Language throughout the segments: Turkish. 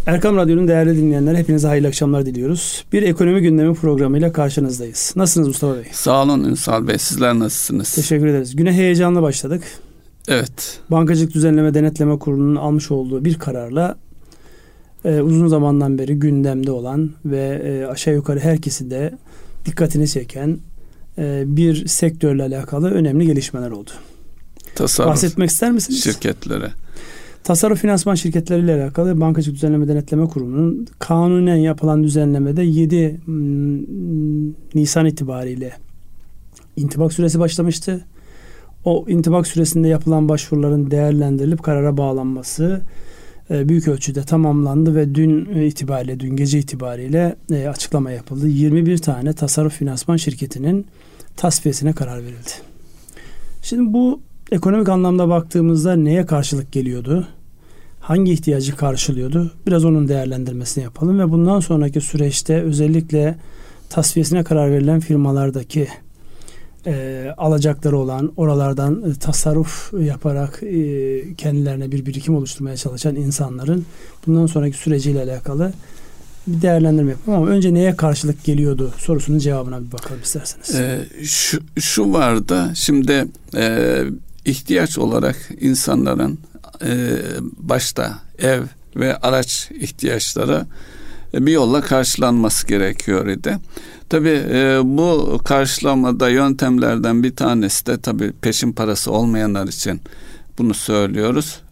Erkam Radyo'nun değerli dinleyenler, hepinize hayırlı akşamlar diliyoruz. Bir ekonomi gündemi programıyla karşınızdayız. Nasılsınız Mustafa Bey? Sağ olun Ünsal Bey. Sizler nasılsınız? Teşekkür ederiz. Güne heyecanla başladık. Evet. Bankacılık Düzenleme Denetleme Kurulu'nun almış olduğu bir kararla uzun zamandan beri gündemde olan ve aşağı yukarı herkesi de dikkatini çeken bir sektörle alakalı önemli gelişmeler oldu. Tasarruf bahsetmek ister misiniz? Şirketlere. Tasarruf finansman şirketleriyle alakalı Bankacılık Düzenleme Denetleme Kurulu'nun kanunen yapılan düzenlemede 7 Nisan itibariyle intibak süresi başlamıştı. O intibak süresinde yapılan başvuruların değerlendirilip karara bağlanması büyük ölçüde tamamlandı ve dün gece itibariyle açıklama yapıldı. 21 tane tasarruf finansman şirketinin tasfiyesine karar verildi. Şimdi bu ekonomik anlamda baktığımızda neye karşılık geliyordu? Hangi ihtiyacı karşılıyordu? Biraz onun değerlendirmesini yapalım ve bundan sonraki süreçte özellikle tasfiyesine karar verilen firmalardaki alacakları olan, oralardan tasarruf yaparak kendilerine bir birikim oluşturmaya çalışan insanların bundan sonraki süreciyle alakalı bir değerlendirme yapalım. Ama önce neye karşılık geliyordu sorusunun cevabına bir bakalım isterseniz. Şu vardı, şimdi ihtiyaç olarak insanların başta ev ve araç ihtiyaçları bir yolla karşılanması gerekiyor idi. Tabii bu karşılamada yöntemlerden bir tanesi de tabii peşin parası olmayanlar için bunu söylüyoruz.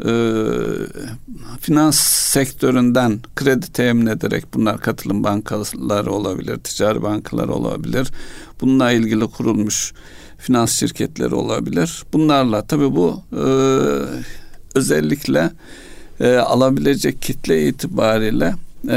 Finans sektöründen kredi temin ederek, bunlar katılım bankaları olabilir, ticari bankalar olabilir. Bununla ilgili kurulmuş finans şirketleri olabilir. Bunlarla tabii bu özellikle alabilecek kitle itibariyle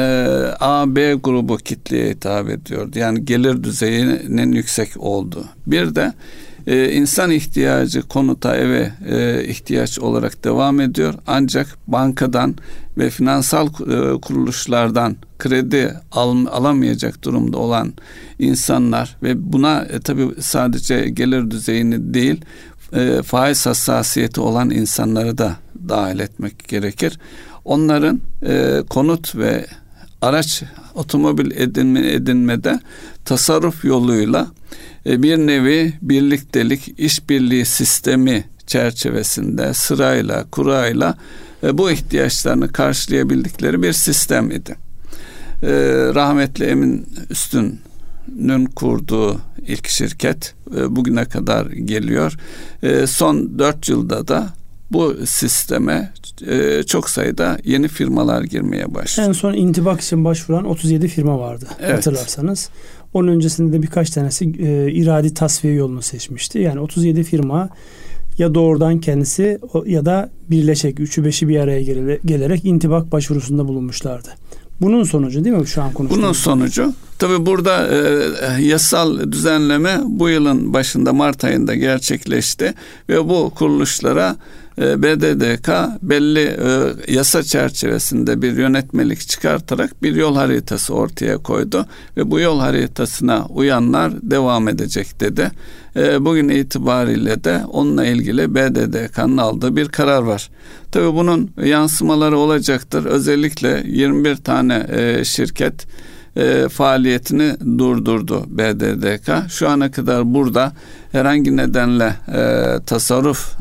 A, B grubu kitleye hitap ediyordu. Yani gelir düzeyinin yüksek olduğu. Bir de insan ihtiyacı konuta, eve ihtiyaç olarak devam ediyor. Ancak bankadan ve finansal kuruluşlardan kredi alamayacak durumda olan insanlar ve buna tabii sadece gelir düzeyini değil, faiz hassasiyeti olan insanları da dahil etmek gerekir. Onların konut ve araç, otomobil edinmede tasarruf yoluyla bir nevi birliktelik, işbirliği sistemi çerçevesinde sırayla, kurayla bu ihtiyaçlarını karşılayabildikleri bir sistem idi. Rahmetli Emin Üstün'ün kurduğu ilk şirket bugüne kadar geliyor. Son 4 yılda da bu sisteme çok sayıda yeni firmalar girmeye başladı. En son intibak için başvuran 37 firma vardı, evet, hatırlarsanız. Onun öncesinde de birkaç tanesi iradi tasfiye yolunu seçmişti. Yani 37 firma ya doğrudan kendisi ya da birleşik 3'ü 5'i bir araya gelerek intibak başvurusunda bulunmuşlardı. Bunun sonucu değil mi şu an konuştuğumuz? Bunun sonucu. Tabii burada yasal düzenleme bu yılın başında Mart ayında gerçekleşti ve bu kuruluşlara BDDK belli yasa çerçevesinde bir yönetmelik çıkartarak bir yol haritası ortaya koydu ve bu yol haritasına uyanlar devam edecek dedi. Bugün itibariyle de onunla ilgili BDDK'nın aldığı bir karar var. Tabii bunun yansımaları olacaktır. Özellikle 21 tane şirket faaliyetini durdurdu BDDK. Şu ana kadar burada herhangi nedenle tasarruf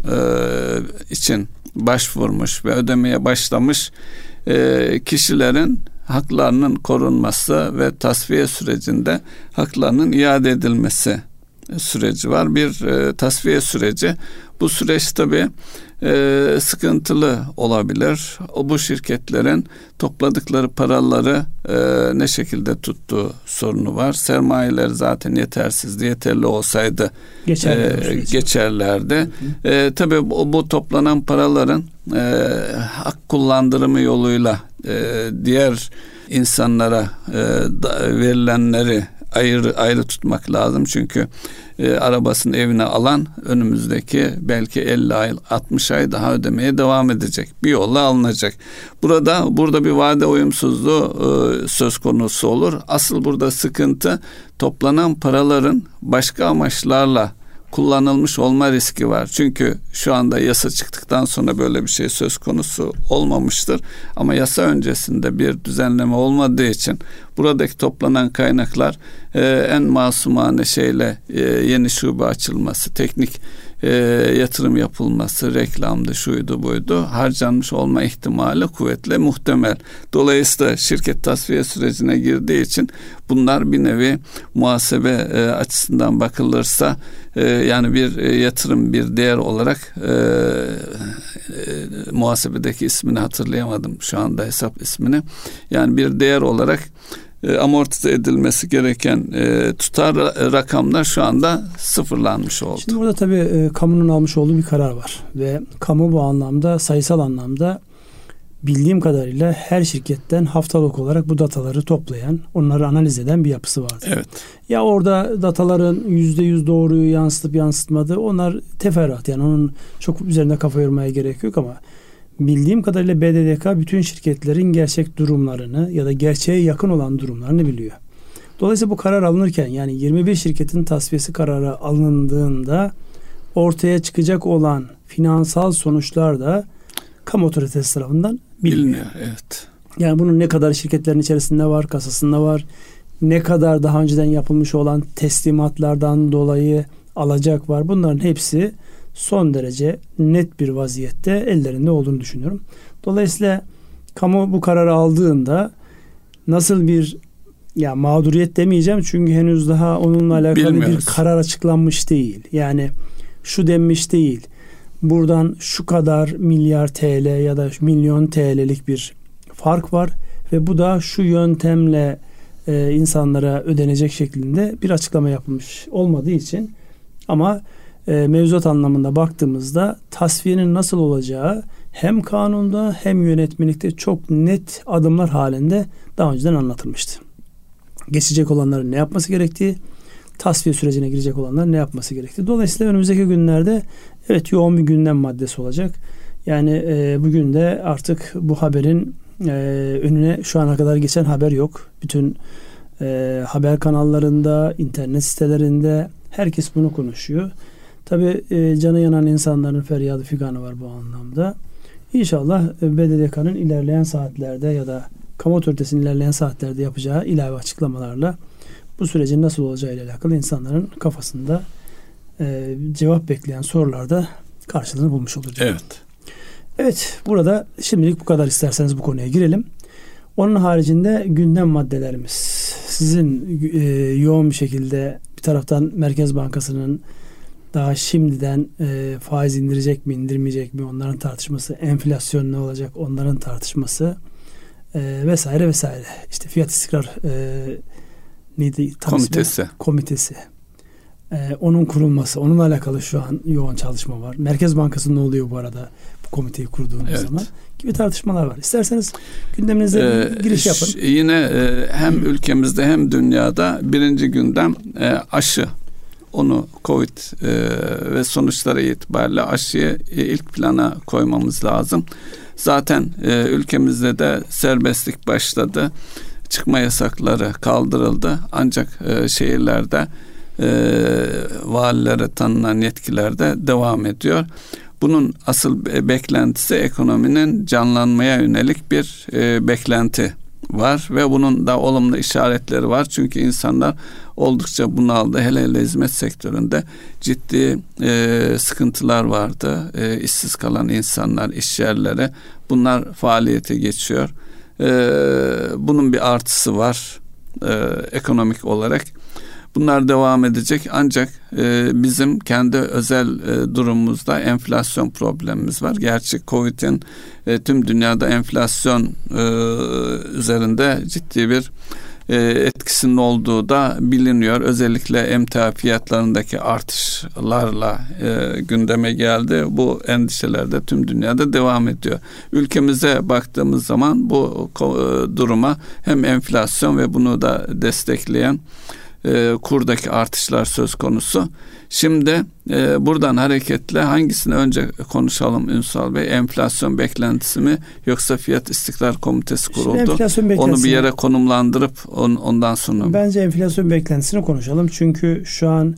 için başvurmuş ve ödemeye başlamış kişilerin haklarının korunması ve tasfiye sürecinde haklarının iade edilmesi süreci var. Bir tasfiye süreci. Bu süreç tabii sıkıntılı olabilir. Bu şirketlerin topladıkları paraları ne şekilde tuttuğu sorunu var. Sermayeler zaten yetersizdi. Yeterli olsaydı geçerlerdi. Tabii bu toplanan paraların hak kullandırımı yoluyla diğer insanlara verilenleri ayrı tutmak lazım. Çünkü arabasını evine alan önümüzdeki belki 50 ay 60 ay daha ödemeye devam edecek. Bir yolla alınacak. Burada bir vade uyumsuzluğu söz konusu olur. Asıl burada sıkıntı toplanan paraların başka amaçlarla kullanılmış olma riski var. Çünkü şu anda yasa çıktıktan sonra böyle bir şey söz konusu olmamıştır. Ama yasa öncesinde bir düzenleme olmadığı için buradaki toplanan kaynaklar en masumane şeyle yeni şube açılması, teknik yatırım yapılması, reklamdı, şuydu buydu, harcanmış olma ihtimali kuvvetle muhtemel. Dolayısıyla şirket tasfiye sürecine girdiği için bunlar bir nevi muhasebe açısından bakılırsa yani bir yatırım, bir değer olarak muhasebedeki ismini hatırlayamadım şu anda, hesap ismini. Yani bir değer olarak amortize edilmesi gereken tutar rakamlar şu anda sıfırlanmış oldu. Şimdi burada tabii kamunun almış olduğu bir karar var ve kamu bu anlamda, sayısal anlamda bildiğim kadarıyla her şirketten haftalık olarak bu dataları toplayan, onları analiz eden bir yapısı vardı. Evet. Ya orada dataların %100 doğruyu yansıtıp yansıtmadığı, onlar teferruat, yani onun çok üzerinde kafa yormaya gerek yok ama bildiğim kadarıyla BDDK bütün şirketlerin gerçek durumlarını ya da gerçeğe yakın olan durumlarını biliyor. Dolayısıyla bu karar alınırken, yani 21 şirketin tasfiyesi kararı alındığında ortaya çıkacak olan finansal sonuçlar da kamu otoritesi tarafından biliniyor. Evet. Yani bunun ne kadar şirketlerin içerisinde var, kasasında var, ne kadar daha önceden yapılmış olan teslimatlardan dolayı alacak var. Bunların hepsi son derece net bir vaziyette ellerinde olduğunu düşünüyorum. Dolayısıyla kamu bu kararı aldığında nasıl bir, ya mağduriyet demeyeceğim çünkü henüz daha onunla alakalı bir karar açıklanmış değil. Yani şu denmiş değil. Buradan şu kadar milyar TL ya da milyon TL'lik bir fark var ve bu da şu yöntemle insanlara ödenecek şeklinde bir açıklama yapılmış olmadığı için, ama mevzuat anlamında baktığımızda tasfiyenin nasıl olacağı hem kanunda hem yönetmelikte çok net adımlar halinde daha önceden anlatılmıştı. Geçecek olanların ne yapması gerektiği, tasfiye sürecine girecek olanların ne yapması gerektiği. Dolayısıyla önümüzdeki günlerde evet yoğun bir gündem maddesi olacak. Yani bugün de artık bu haberin önüne şu ana kadar geçen haber yok. Bütün haber kanallarında, internet sitelerinde herkes bunu konuşuyor. Tabii canı yanan insanların feryadı figanı var bu anlamda. İnşallah BDDK'nın ilerleyen saatlerde ya da kamu otoritesinin ilerleyen saatlerde yapacağı ilave açıklamalarla bu sürecin nasıl olacağı ile alakalı insanların kafasında cevap bekleyen sorularda karşılığını bulmuş olacak. Evet. Evet, burada şimdilik bu kadar, isterseniz bu konuya girelim. Onun haricinde gündem maddelerimiz. Sizin yoğun bir şekilde bir taraftan Merkez Bankası'nın daha şimdiden faiz indirecek mi, indirmeyecek mi, onların tartışması, enflasyon ne olacak, onların tartışması vesaire vesaire. İşte fiyat istikrar komitesi. Onun kurulması, onunla alakalı şu an yoğun çalışma var. Merkez Bankası ne oluyor bu arada bu komiteyi kurduğumuz zaman gibi tartışmalar var. İsterseniz gündeminize giriş yapın. Yine hem ülkemizde hem dünyada birinci gündem aşı. Onu Covid ve sonuçları itibariyle aşıyı ilk plana koymamız lazım. Zaten ülkemizde de serbestlik başladı. Çıkma yasakları kaldırıldı. Ancak şehirlerde valilere tanınan yetkilerde devam ediyor. Bunun asıl beklentisi ekonominin canlanmaya yönelik bir beklenti var ve bunun da olumlu işaretleri var. Çünkü insanlar oldukça bunaldı. Hele hizmet sektöründe ciddi sıkıntılar vardı. İşsiz kalan insanlar, iş yerleri, bunlar faaliyete geçiyor. Bunun bir artısı var ekonomik olarak. Bunlar devam edecek ancak bizim kendi özel durumumuzda enflasyon problemimiz var. Gerçi Covid'in tüm dünyada enflasyon üzerinde ciddi bir etkisinin olduğu da biliniyor. Özellikle emtia fiyatlarındaki artışlarla gündeme geldi. Bu endişeler de tüm dünyada devam ediyor. Ülkemize baktığımız zaman bu duruma hem enflasyon ve bunu da destekleyen kurdaki artışlar söz konusu. Şimdi buradan hareketle hangisini önce konuşalım Ünsal Bey? Enflasyon beklentisi mi yoksa fiyat istikrar komitesi kuruldu? Onu bir yere konumlandırıp ondan sonra. Bence enflasyon beklentisini konuşalım. Çünkü şu an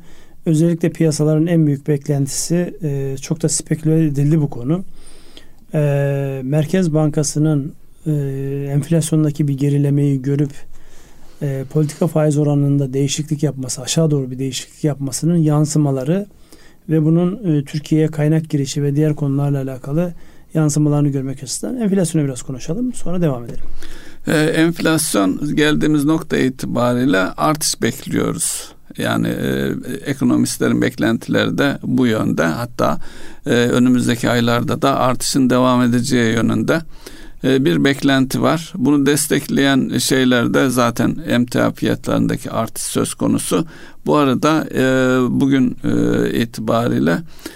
Özellikle piyasaların en büyük beklentisi, çok da speküle edildi bu konu. Merkez Bankası'nın enflasyondaki bir gerilemeyi görüp politika faiz oranında değişiklik yapması, aşağı doğru bir değişiklik yapmasının yansımaları ve bunun Türkiye'ye kaynak girişi ve diğer konularla alakalı yansımalarını görmek açısından enflasyonu biraz konuşalım. Sonra devam edelim. Enflasyon geldiğimiz nokta itibariyle artış bekliyoruz. Yani ekonomistlerin beklentileri de bu yönde. Hatta önümüzdeki aylarda da artışın devam edeceği yönünde bir beklenti var. Bunu destekleyen şeyler de zaten emtia fiyatlarındaki artış söz konusu. Bu arada bugün itibariyle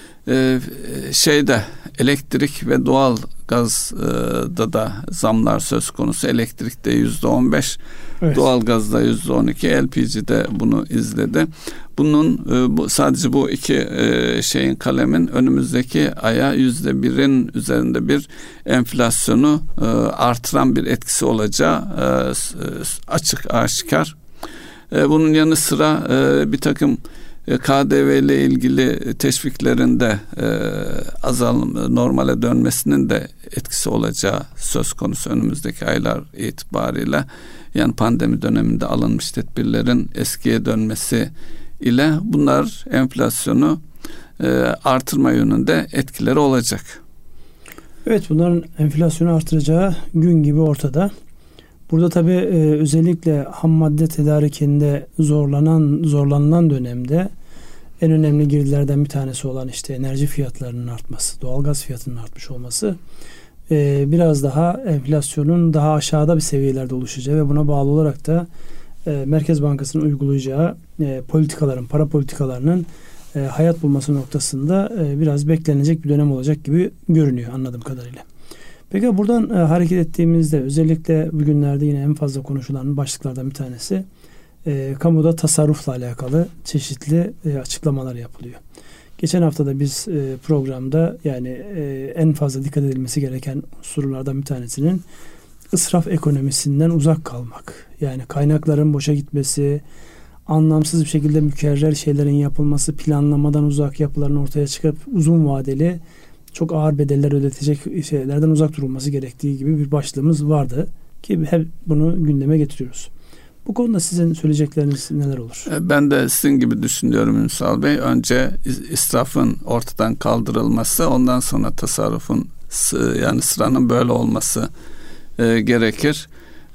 elektrik ve doğal gazda da zamlar söz konusu. Elektrikte %15, evet. Doğalgazda %12, LPG'de bunu izledi. Bunun sadece bu iki kalemin önümüzdeki aya %1'in üzerinde bir enflasyonu artıran bir etkisi olacağı açık aşikar. Bunun yanı sıra bir takım KDV ile ilgili teşviklerinde normale dönmesinin de etkisi olacağı söz konusu önümüzdeki aylar itibariyle. Yani pandemi döneminde alınmış tedbirlerin eskiye dönmesi ile bunlar enflasyonu artırma yönünde etkileri olacak. Evet, bunların enflasyonu artıracağı gün gibi ortada. Burada tabii özellikle ham madde tedarikinde zorlanılan dönemde en önemli girdilerden bir tanesi olan enerji fiyatlarının artması, doğalgaz fiyatının artmış olması biraz daha enflasyonun daha aşağıda bir seviyelerde oluşacağı ve buna bağlı olarak da Merkez Bankası'nın uygulayacağı para politikalarının hayat bulması noktasında biraz beklenecek bir dönem olacak gibi görünüyor anladığım kadarıyla. Peki buradan hareket ettiğimizde özellikle bugünlerde yine en fazla konuşulan başlıklardan bir tanesi kamuda tasarrufla alakalı çeşitli açıklamalar yapılıyor. Geçen hafta da biz programda en fazla dikkat edilmesi gereken unsurlardan bir tanesinin israf ekonomisinden uzak kalmak. Yani kaynakların boşa gitmesi, anlamsız bir şekilde mükerrer şeylerin yapılması, planlamadan uzak yapıların ortaya çıkıp uzun vadeli çok ağır bedeller ödetecek şeylerden uzak durulması gerektiği gibi bir başlığımız vardı ki hep bunu gündeme getiriyoruz. Bu konuda sizin söyleyecekleriniz neler olur? Ben de sizin gibi düşünüyorum Ünsal Bey. Önce israfın ortadan kaldırılması, ondan sonra tasarrufun sıranın böyle olması gerekir.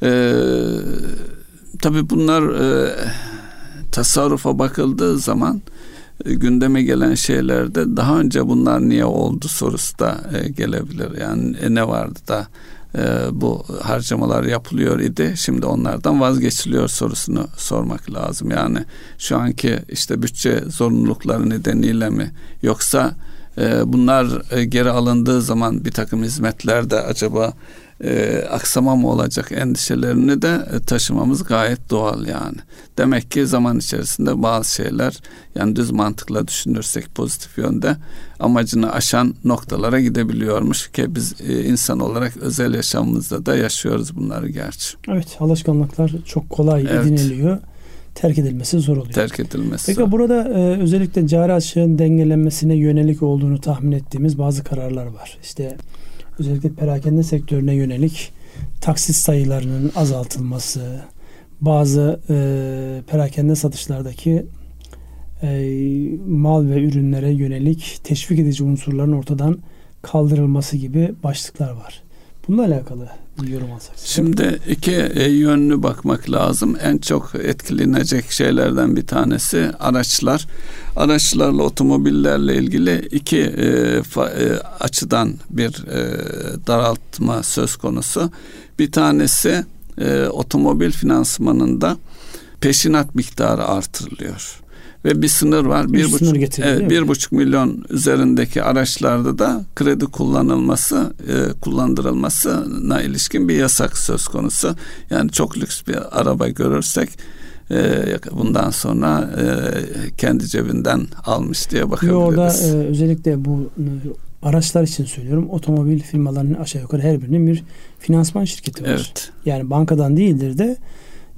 Tabii bunlar tasarrufa bakıldığı zaman gündeme gelen şeylerde daha önce bunlar niye oldu sorusu da gelebilir. Yani ne vardı da bu harcamalar yapılıyor idi, şimdi onlardan vazgeçiliyor sorusunu sormak lazım. Yani şu anki bütçe zorunlulukları nedeniyle mi, yoksa bunlar geri alındığı zaman bir takım hizmetlerde acaba aksama mı olacak endişelerini de taşımamız gayet doğal yani. Demek ki zaman içerisinde bazı şeyler düz mantıkla düşünürsek pozitif yönde amacını aşan noktalara gidebiliyormuş ki biz insan olarak özel yaşamımızda da yaşıyoruz bunları gerçi. Evet, alışkanlıklar çok kolay ediniliyor. Terk edilmesi zor oluyor. Peki burada özellikle cari açığın dengelenmesine yönelik olduğunu tahmin ettiğimiz bazı kararlar var. Özellikle perakende sektörüne yönelik taksit sayılarının azaltılması, bazı perakende satışlardaki mal ve ürünlere yönelik teşvik edici unsurların ortadan kaldırılması gibi başlıklar var. Bununla alakalı bir yorum alsak. Şimdi iki yönlü bakmak lazım. En çok etkilenecek şeylerden bir tanesi araçlar. Araçlarla, otomobillerle ilgili iki açıdan bir daraltma söz konusu. Bir tanesi otomobil finansmanında peşinat miktarı artırılıyor. Ve bir sınır var. 1,5 milyon üzerindeki araçlarda da kredi kullandırılmasına ilişkin bir yasak söz konusu. Yani çok lüks bir araba görürsek bundan sonra kendi cebinden almış diye bakabiliriz. Orada özellikle bu araçlar için söylüyorum. Otomobil firmalarının aşağı yukarı her birinin bir finansman şirketi var. Evet. Yani bankadan değildir de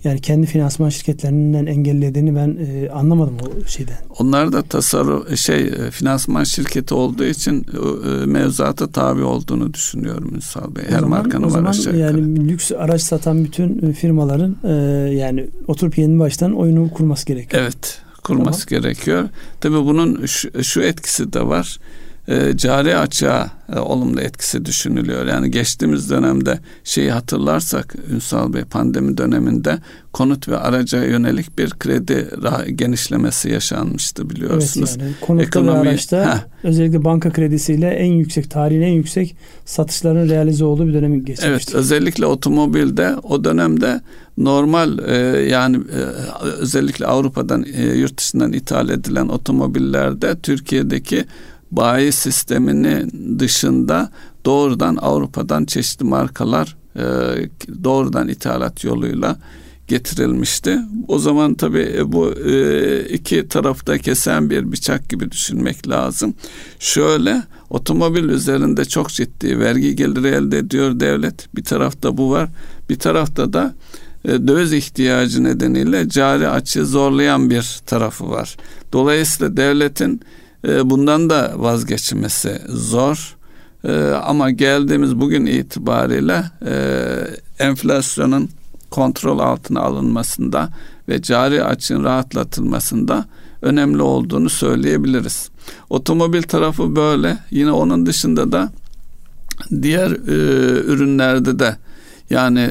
yani kendi finansman şirketlerinden engellediğini ben anlamadım o şeyden. Onlar da finansman şirketi olduğu için mevzuata tabi olduğunu düşünüyorum Ünsal Bey. Her markanın var aşağı yukarı. Yani lüks araç satan bütün firmaların yani oturup yeni baştan oyunu kurması gerekiyor. Evet, kurması gerekiyor. Tabii bunun şu etkisi de var. Cari açığa olumlu etkisi düşünülüyor. Yani geçtiğimiz dönemde hatırlarsak Ünsal Bey, pandemi döneminde konut ve araca yönelik bir kredi genişlemesi yaşanmıştı biliyorsunuz. Evet, yani konutta ve araçta özellikle banka kredisiyle tarihin en yüksek satışların realize olduğu bir dönemi geçmişti. Evet, özellikle otomobilde o dönemde normal özellikle Avrupa'dan yurt dışından ithal edilen otomobillerde Türkiye'deki bayi sisteminin dışında doğrudan Avrupa'dan çeşitli markalar doğrudan ithalat yoluyla getirilmişti. O zaman tabii bu iki tarafta kesen bir bıçak gibi düşünmek lazım. Şöyle, otomobil üzerinde çok ciddi vergi geliri elde ediyor devlet. Bir tarafta bu var. Bir tarafta da döviz ihtiyacı nedeniyle cari açığı zorlayan bir tarafı var. Dolayısıyla devletin bundan da vazgeçmesi zor. Ama geldiğimiz bugün itibariyle enflasyonun kontrol altına alınmasında ve cari açığın rahatlatılmasında önemli olduğunu söyleyebiliriz. Otomobil tarafı böyle. Yine onun dışında da diğer ürünlerde de yani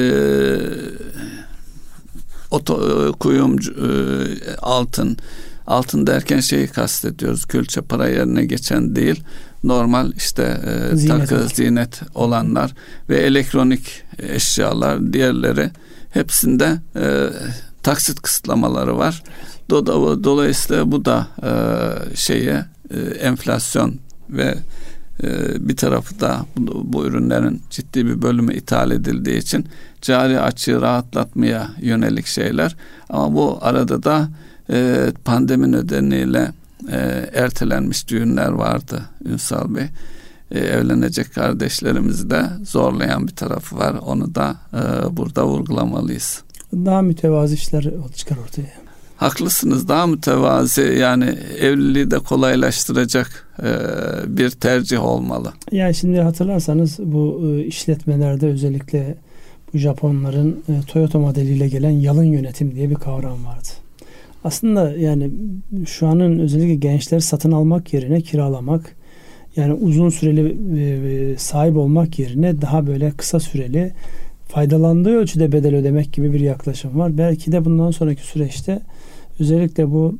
kuyumcu, altın derken kastediyoruz. Külçe para yerine geçen değil. Normal takı, zinet olanlar ve elektronik eşyalar, diğerleri hepsinde taksit kısıtlamaları var. Dolayısıyla bu da enflasyon ve bir tarafı da bu ürünlerin ciddi bir bölümü ithal edildiği için cari açığı rahatlatmaya yönelik şeyler. Ama bu arada da pandemi nedeniyle ertelenmiş düğünler vardı Ünsal Bey. Evlenecek kardeşlerimizi de zorlayan bir tarafı var. Onu da burada vurgulamalıyız. Daha mütevazi işler çıkar ortaya. Haklısınız, daha mütevazi, yani evliliği de kolaylaştıracak bir tercih olmalı. Yani şimdi hatırlarsanız bu işletmelerde özellikle bu Japonların Toyota modeliyle gelen yalın yönetim diye bir kavram vardı. Aslında yani şu anın özellikle gençleri satın almak yerine kiralamak, yani uzun süreli sahip olmak yerine daha böyle kısa süreli faydalandığı ölçüde bedel ödemek gibi bir yaklaşım var. Belki de bundan sonraki süreçte özellikle bu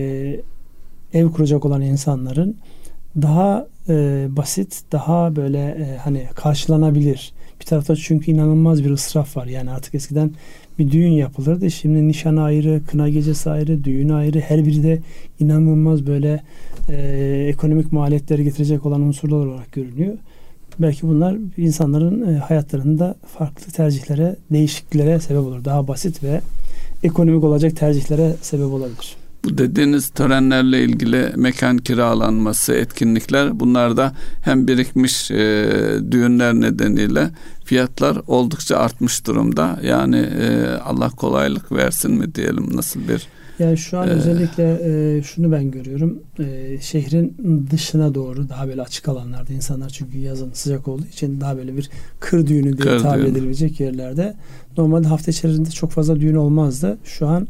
ev kuracak olan insanların daha basit, daha böyle karşılanabilir. Bir tarafta çünkü inanılmaz bir israf var. Yani artık eskiden bir düğün yapılırdı. Şimdi nişan ayrı, kına gecesi ayrı, düğün ayrı. Her biri de inanılmaz böyle ekonomik maliyetleri getirecek olan unsurlar olarak görünüyor. Belki bunlar insanların hayatlarında farklı tercihlere, değişikliklere sebep olur. Daha basit ve ekonomik olacak tercihlere sebep olabilir. Bu dediğiniz törenlerle ilgili mekan kiralanması, etkinlikler, bunlar da hem birikmiş düğünler nedeniyle fiyatlar oldukça artmış durumda. Yani Allah kolaylık versin mi diyelim, nasıl bir... Yani şu an özellikle şunu ben görüyorum. Şehrin dışına doğru daha böyle açık alanlarda insanlar, çünkü yazın sıcak olduğu için daha böyle bir kır düğünü diye tabir edilebilecek yerlerde normalde hafta içerisinde çok fazla düğün olmazdı. Şu an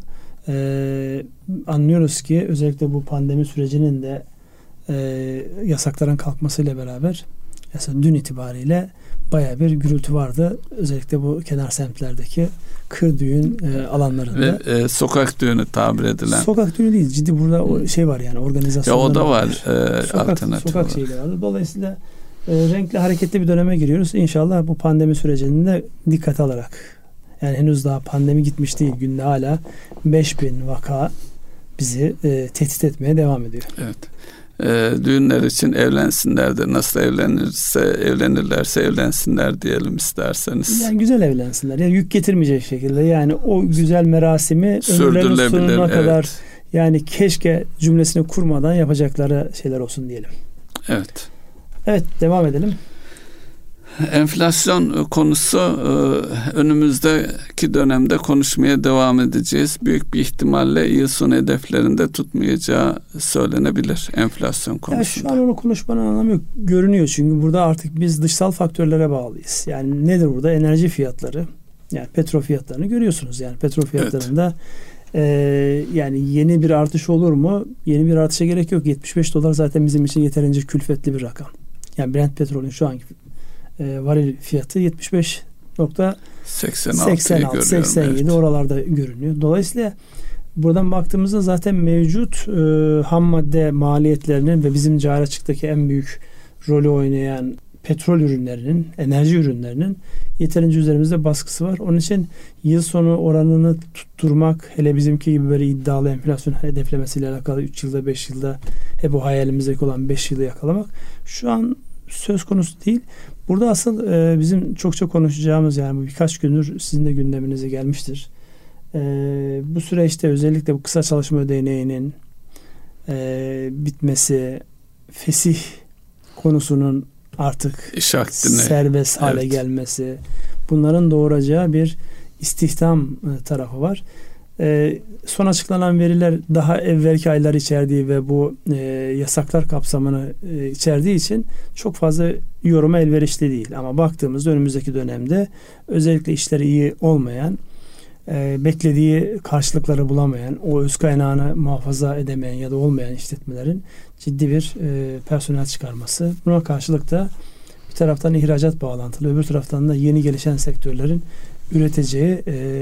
anlıyoruz ki özellikle bu pandemi sürecinin de yasakların kalkmasıyla beraber dün itibariyle bayağı bir gürültü vardı. Özellikle bu kenar semtlerdeki kır düğün alanlarında. Ve sokak düğünü tabir edilen. Sokak düğünü değil. Ciddi burada var yani, organizasyon. Ya o da var. Alternatif. Sokak şeyleri vardı. Dolayısıyla renkli, hareketli bir döneme giriyoruz. İnşallah bu pandemi sürecini de dikkate alarak, yani henüz daha pandemi gitmiş değil. Günde hala 5000 vaka bizi tehdit etmeye devam ediyor. Evet. Düğünler için evlensinler de, nasıl evlenirlerse evlensinler diyelim isterseniz. Yani güzel evlensinler. Yani yük getirmeyecek şekilde. Yani o güzel merasimi ömürlerinin sonuna kadar, yani keşke cümlesini kurmadan yapacakları şeyler olsun diyelim. Evet. Evet, devam edelim. Enflasyon konusu önümüzdeki dönemde konuşmaya devam edeceğiz. Büyük bir ihtimalle yıl sonu hedeflerinde tutmayacağı söylenebilir enflasyon konusunda. Yani şu an onu konuşmanın anlamı yok. Görünüyor çünkü burada artık biz dışsal faktörlere bağlıyız. Yani nedir burada? Enerji fiyatları. Yani petrol fiyatlarını görüyorsunuz. Yani petrol fiyatlarında yani yeni bir artış olur mu? Yeni bir artışa gerek yok. $75 zaten bizim için yeterince külfetli bir rakam. Yani Brent petrolün şu anki varil fiyatı 75.86-87 evet. Oralarda görünüyor. Dolayısıyla buradan baktığımızda zaten mevcut ham madde maliyetlerinin ve bizim cari açıktaki en büyük rolü oynayan petrol ürünlerinin, enerji ürünlerinin yeterince üzerimizde baskısı var. Onun için yıl sonu oranını tutturmak, hele bizimki gibi böyle iddialı enflasyon hedeflemesiyle alakalı 3 yılda 5 yılda hep o hayalimizdeki olan 5 yılı yakalamak şu an söz konusu değil. Burada asıl bizim çokça konuşacağımız, yani bu birkaç gündür sizin de gündeminize gelmiştir. Bu süreçte özellikle bu kısa çalışma ödeneğinin bitmesi, fesih konusunun artık serbest hale gelmesi, bunların doğuracağı bir istihdam tarafı var. Son açıklanan veriler daha evvelki aylar içerdiği ve bu yasaklar kapsamını içerdiği için çok fazla yoruma elverişli değil. Ama baktığımızda önümüzdeki dönemde özellikle işleri iyi olmayan, beklediği karşılıkları bulamayan, o öz kaynağını muhafaza edemeyen ya da olmayan işletmelerin ciddi bir personel çıkarması. Buna karşılık da bir taraftan ihracat bağlantılı, öbür taraftan da yeni gelişen sektörlerin üreteceği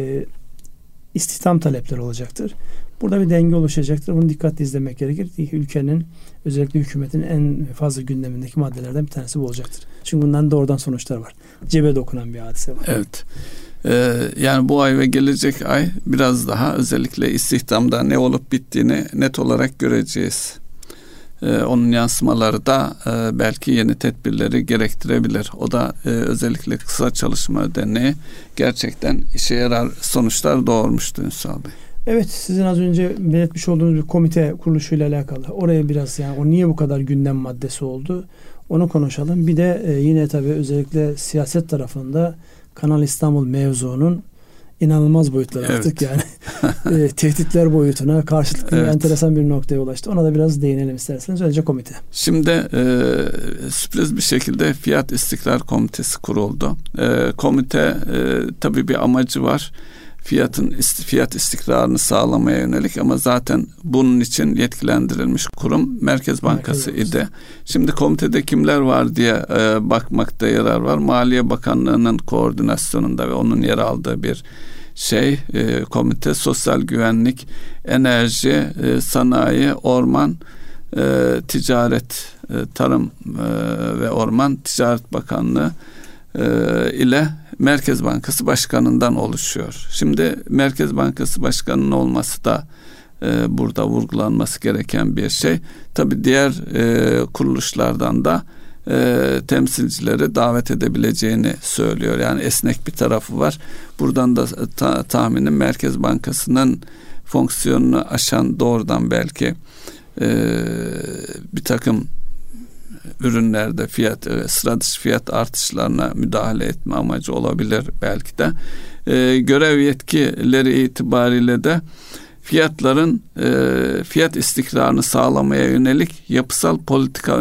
istihdam talepleri olacaktır. Burada bir denge oluşacaktır. Bunu dikkatli izlemek gerekir. Ülkenin, özellikle hükümetin en fazla gündemindeki maddelerden bir tanesi bu olacaktır. Çünkü bundan doğrudan sonuçlar var. Cebe dokunan bir hadise var. Evet. Yani bu ay ve gelecek ay biraz daha özellikle istihdamda ne olup bittiğini net olarak göreceğiz. Onun yansımaları da belki yeni tedbirleri gerektirebilir. O da özellikle kısa çalışma ödeneği gerçekten işe yarar sonuçlar doğurmuştu Ünsal Bey. Evet, sizin az önce belirtmiş olduğunuz bir komite kuruluşuyla alakalı. Oraya biraz, yani o niye bu kadar gündem maddesi oldu, onu konuşalım. Bir de yine tabii özellikle siyaset tarafında Kanal İstanbul mevzunun inanılmaz boyutları artık yani tehditler boyutuna karşılıklı enteresan bir noktaya ulaştı. Ona da biraz değinelim isterseniz. Önce komite. Şimdi sürpriz bir şekilde Fiyat İstikrar Komitesi kuruldu. Komite tabii bir amacı var. Fiyat istikrarını sağlamaya yönelik, ama zaten bunun için yetkilendirilmiş kurum Merkez Bankası idi. Şimdi komitede kimler var diye bakmakta yarar var. Maliye Bakanlığı'nın koordinasyonunda ve onun yer aldığı bir komite, sosyal güvenlik, enerji, sanayi, orman, ticaret, tarım ve orman, Ticaret Bakanlığı ile Merkez Bankası Başkanı'ndan oluşuyor. Şimdi Merkez Bankası Başkanı'nın olması da burada vurgulanması gereken bir şey. Tabii diğer kuruluşlardan da temsilcileri davet edebileceğini söylüyor. Yani esnek bir tarafı var. Buradan da tahminim Merkez Bankası'nın fonksiyonunu aşan, doğrudan belki bir takım ürünlerde sıra dışı fiyat artışlarına müdahale etme amacı olabilir belki de. Görev yetkileri itibariyle de fiyat istikrarını sağlamaya yönelik yapısal politika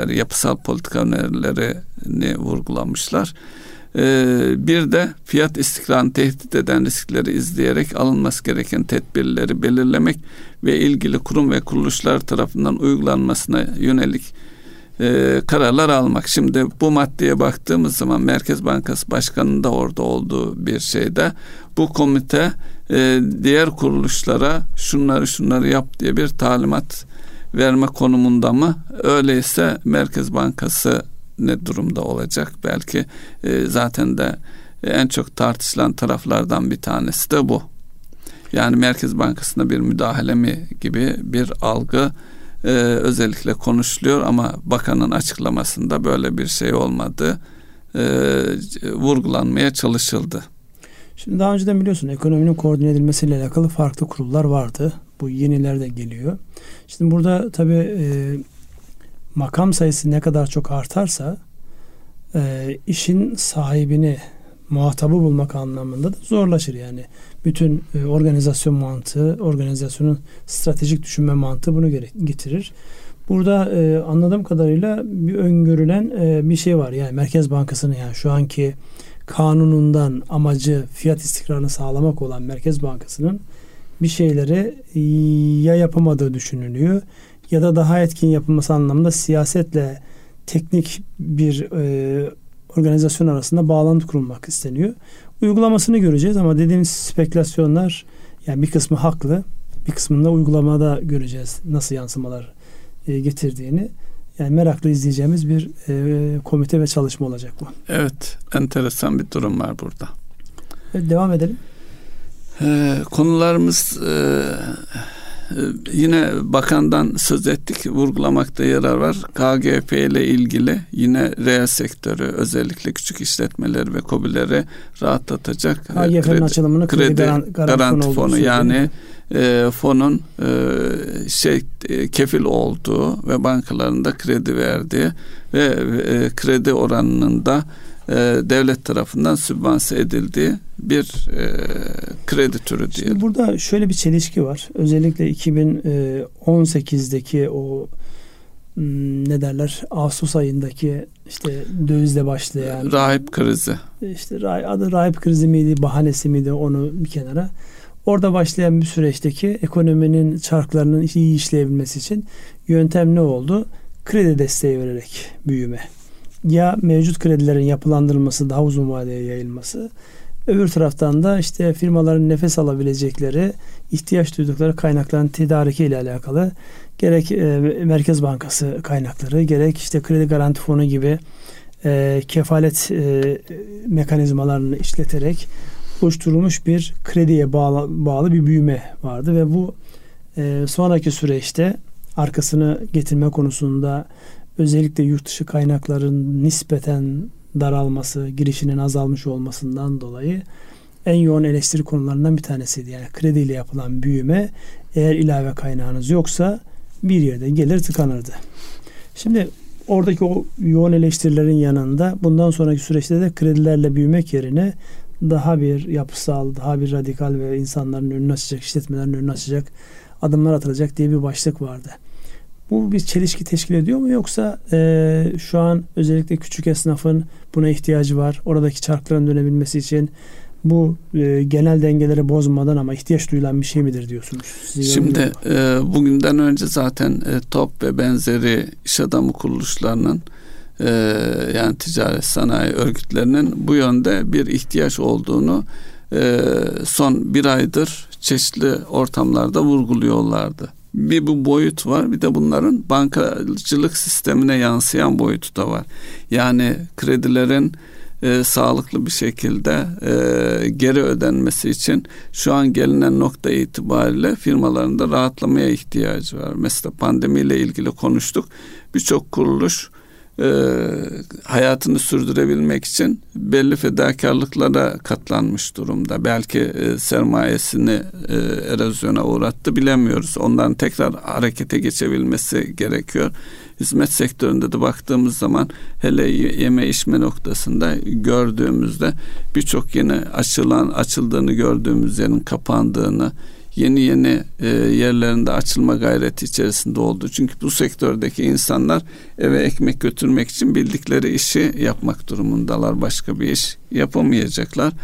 önerilerini vurgulamışlar. Bir de fiyat istikrarını tehdit eden riskleri izleyerek alınması gereken tedbirleri belirlemek ve ilgili kurum ve kuruluşlar tarafından uygulanmasına yönelik kararlar almak. Şimdi bu maddeye baktığımız zaman Merkez Bankası Başkanı'nın da orada olduğu bir şeyde, bu komite diğer kuruluşlara şunları yap diye bir talimat verme konumunda mı? Öyleyse Merkez Bankası ne durumda olacak? Belki zaten de en çok tartışılan taraflardan bir tanesi de bu. Yani Merkez Bankası'na bir müdahale mi gibi bir algı özellikle konuşuluyor, ama bakanın açıklamasında böyle bir şey olmadı, vurgulanmaya çalışıldı. Şimdi daha önceden biliyorsun ekonominin koordine edilmesiyle alakalı farklı kurullar vardı. Bu yeniler de geliyor. Şimdi burada tabii makam sayısı ne kadar çok artarsa işin sahibini, muhatabı bulmak anlamında da zorlaşır yani. Bütün organizasyon mantığı, organizasyonun stratejik düşünme mantığı bunu getirir. Burada anladığım kadarıyla bir öngörülen bir şey var. Yani Merkez Bankası'nın, yani şu anki kanunundan amacı fiyat istikrarını sağlamak olan Merkez Bankası'nın bir şeyleri ya yapamadığı düşünülüyor ya da daha etkin yapılması anlamında siyasetle teknik bir organizasyon arasında bağlantı kurulmak isteniyor. Uygulamasını göreceğiz ama dediğimiz spekülasyonlar, yani bir kısmı haklı, bir kısmında uygulamada göreceğiz nasıl yansımalar getirdiğini. Yani merakla izleyeceğimiz bir komite ve çalışma olacak bu. Evet, enteresan bir durum var burada. Evet, devam edelim. Konularımız yine bakandan söz ettik, vurgulamakta yarar var. KGP ile ilgili yine reel sektörü, özellikle küçük işletmeleri ve KOBİ'leri rahatlatacak KGP'nin açılımını kredi garanti fonu, yani fonun kefil olduğu ve bankaların da kredi verdiği ve kredi oranının da devlet tarafından sübvanse edildiği bir kredi türü diyelim. Şimdi burada şöyle bir çelişki var. Özellikle 2018'deki o Ağustos ayındaki işte dövizle başlayan rahip krizi. İşte adı rahip krizi miydi, bahanesi miydi, onu bir kenara. Orada başlayan bir süreçteki ekonominin çarklarının iyi işleyebilmesi için yöntem ne oldu? Kredi desteği vererek büyüme. Ya mevcut kredilerin yapılandırılması, daha uzun vadeye yayılması. Öbür taraftan da işte firmaların nefes alabilecekleri, ihtiyaç duydukları kaynakların tedariki ile alakalı gerek Merkez Bankası kaynakları, gerek işte kredi garanti fonu gibi kefalet mekanizmalarını işleterek oluşturulmuş bir krediye bağlı bir büyüme vardı ve bu sonraki süreçte arkasını getirme konusunda özellikle yurt dışı kaynakların nispeten daralması, girişinin azalmış olmasından dolayı en yoğun eleştiri konularından bir tanesiydi. Yani krediyle yapılan büyüme, eğer ilave kaynağınız yoksa bir yerde gelir tıkanırdı. Şimdi oradaki o yoğun eleştirilerin yanında bundan sonraki süreçte de kredilerle büyümek yerine daha bir yapısal, daha bir radikal ve insanların önünü açacak, işletmelerin önünü açacak adımlar atılacak diye bir başlık vardı. Bu bir çelişki teşkil ediyor mu, yoksa şu an özellikle küçük esnafın buna ihtiyacı var? Oradaki çarkların dönebilmesi için bu genel dengeleri bozmadan ama ihtiyaç duyulan bir şey midir diyorsunuz? Şimdi bugünden önce zaten TOP ve benzeri iş adamı kuruluşlarının yani ticaret sanayi örgütlerinin bu yönde bir ihtiyaç olduğunu son bir aydır çeşitli ortamlarda vurguluyorlardı. Bir bu boyut var, bir de bunların bankacılık sistemine yansıyan boyutu da var. Yani kredilerin sağlıklı bir şekilde geri ödenmesi için şu an gelinen nokta itibariyle firmaların da rahatlamaya ihtiyacı var. Mesela pandemiyle ilgili konuştuk. Birçok kuruluş hayatını sürdürebilmek için belli fedakarlıklara katlanmış durumda. Belki sermayesini erozyona uğrattı, bilemiyoruz. Onların tekrar harekete geçebilmesi gerekiyor. Hizmet sektöründe de baktığımız zaman, hele yeme içme noktasında gördüğümüzde birçok yeni açıldığını gördüğümüz yerin kapandığını, yeni yerlerinde açılma gayreti içerisinde oldu. Çünkü bu sektördeki insanlar eve ekmek götürmek için bildikleri işi yapmak durumundalar. Başka bir iş yapamayacaklar.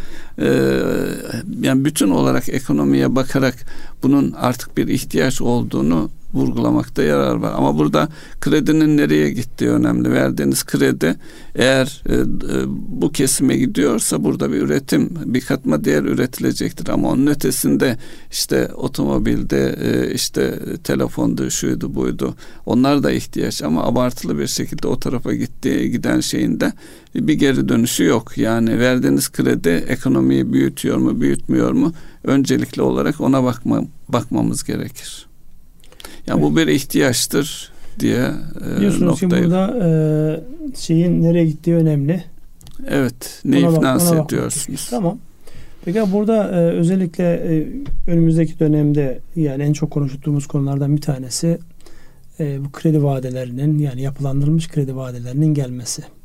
Yani bütün olarak ekonomiye bakarak bunun artık bir ihtiyaç olduğunu vurgulamakta yarar var. Ama burada kredinin nereye gittiği önemli. Verdiğiniz kredi eğer bu kesime gidiyorsa burada bir üretim, bir katma değer üretilecektir. Ama onun ötesinde işte otomobilde, işte telefondu, şuydu buydu. Onlar da ihtiyaç ama abartılı bir şekilde o tarafa giden şeyin de bir geri dönüşü yok. Yani verdiğiniz kredi ekonomiyi büyütüyor mu, büyütmüyor mu? Öncelikli olarak ona bakmamız gerekir. Yani bu bir ihtiyaçtır diye diyorsunuz ki burada şeyin nereye gittiği önemli. Evet. Neyi finanse ediyorsunuz? Tamam. Peki burada özellikle önümüzdeki dönemde yani en çok konuştuğumuz konulardan bir tanesi bu kredi vadelerinin, yani yapılandırılmış kredi vadelerinin gelmesi.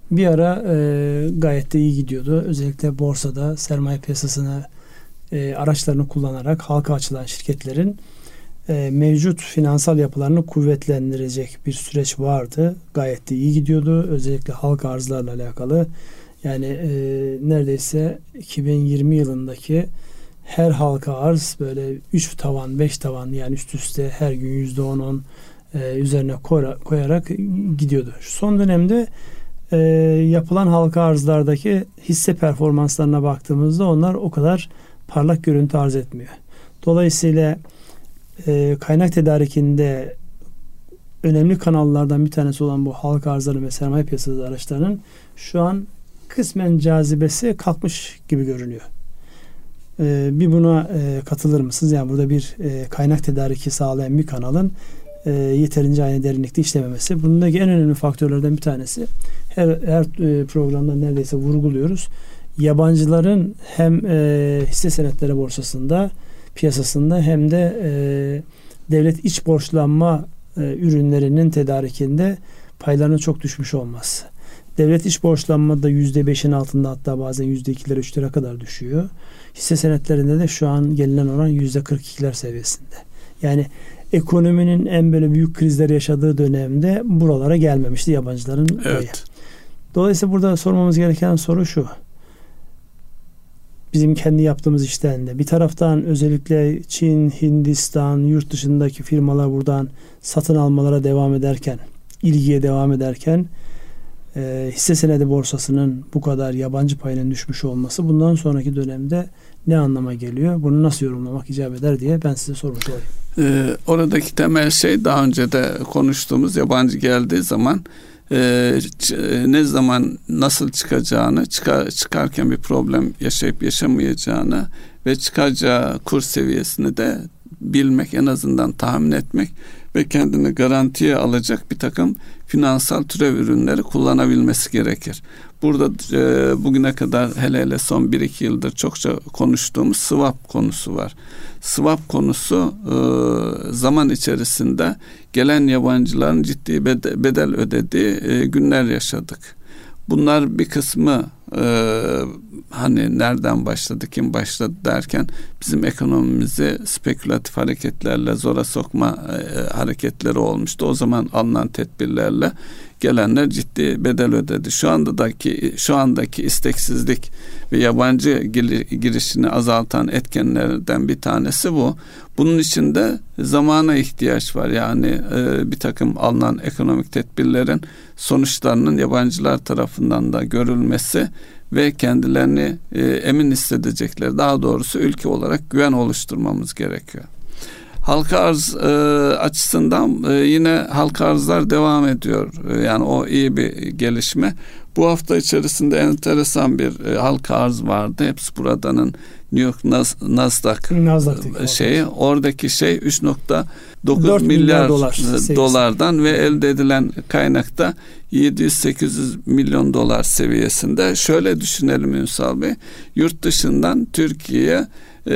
Bir ara gayet de iyi gidiyordu. Özellikle borsada sermaye piyasasına araçlarını kullanarak halka açılan şirketlerin mevcut finansal yapılarını kuvvetlendirecek bir süreç vardı. Gayet de iyi gidiyordu. Özellikle halka arzlarla alakalı. Yani neredeyse 2020 yılındaki her halka arz böyle 3 tavan 5 tavan yani üst üste her gün %10 üzerine koyarak gidiyordu. Son dönemde yapılan halka arzlardaki hisse performanslarına baktığımızda onlar o kadar parlak görüntü arz etmiyor. Dolayısıyla kaynak tedarikinde önemli kanallardan bir tanesi olan bu halka arzları ve sermaye piyasası araçlarının şu an kısmen cazibesi kalkmış gibi görünüyor. Bir buna katılır mısınız? Yani burada bir kaynak tedariki sağlayan bir kanalın yeterince aynı derinlikte işlememesi. Bundaki en önemli faktörlerden bir tanesi. Her programda neredeyse vurguluyoruz. Yabancıların hem hisse senetleri borsasında, piyasasında hem de devlet iç borçlanma ürünlerinin tedarikinde paylarının çok düşmüş olması. Devlet iç borçlanmada %5'in altında, hatta bazen %2'lere 3'lere kadar düşüyor. Hisse senetlerinde de şu an gelinen oran %42'ler seviyesinde. Yani ekonominin en böyle büyük krizler yaşadığı dönemde buralara gelmemişti yabancıların payı. Evet. Dolayısıyla burada sormamız gereken soru şu. Bizim kendi yaptığımız işten de bir taraftan özellikle Çin, Hindistan, yurt dışındaki firmalar buradan satın almalara devam ederken, ilgiye devam ederken hisse senedi borsasının bu kadar yabancı payının düşmüş olması bundan sonraki dönemde ne anlama geliyor? Bunu nasıl yorumlamak icap eder diye ben size sormuş olayım. Oradaki temel şey daha önce de konuştuğumuz yabancı geldiği zaman ne zaman nasıl çıkacağını, çıkarken bir problem yaşayıp yaşamayacağını ve çıkacağı kur seviyesini de bilmek, en azından tahmin etmek ve kendini garantiye alacak bir takım finansal türev ürünleri kullanabilmesi gerekir. Burada bugüne kadar hele son 1-2 yıldır çokça konuştuğumuz swap konusu var. Swap konusu zaman içerisinde gelen yabancıların ciddi bedel ödediği günler yaşadık. Bunlar bir kısmı hani nereden başladı, kim başladı derken bizim ekonomimizi spekülatif hareketlerle zora sokma hareketleri olmuştu. O zaman alınan tedbirlerle gelenler ciddi bedel ödedi. Şu andaki isteksizlik ve yabancı girişini azaltan etkenlerden bir tanesi bu. Bunun için de zamana ihtiyaç var. Yani bir takım alınan ekonomik tedbirlerin sonuçlarının yabancılar tarafından da görülmesi ve kendilerini emin hissedecekler. Daha doğrusu ülke olarak güven oluşturmamız gerekiyor. Halka arz açısından yine halka arzlar devam ediyor. Yani o iyi bir gelişme. Bu hafta içerisinde enteresan bir halka arz vardı. Hepsi buradanın New York Nasdaq şeyi. Oradaki şey 3.9 milyar dolardan ve elde edilen kaynakta 700-800 milyon dolar seviyesinde. Şöyle düşünelim Ünsal Bey. Yurt dışından Türkiye'ye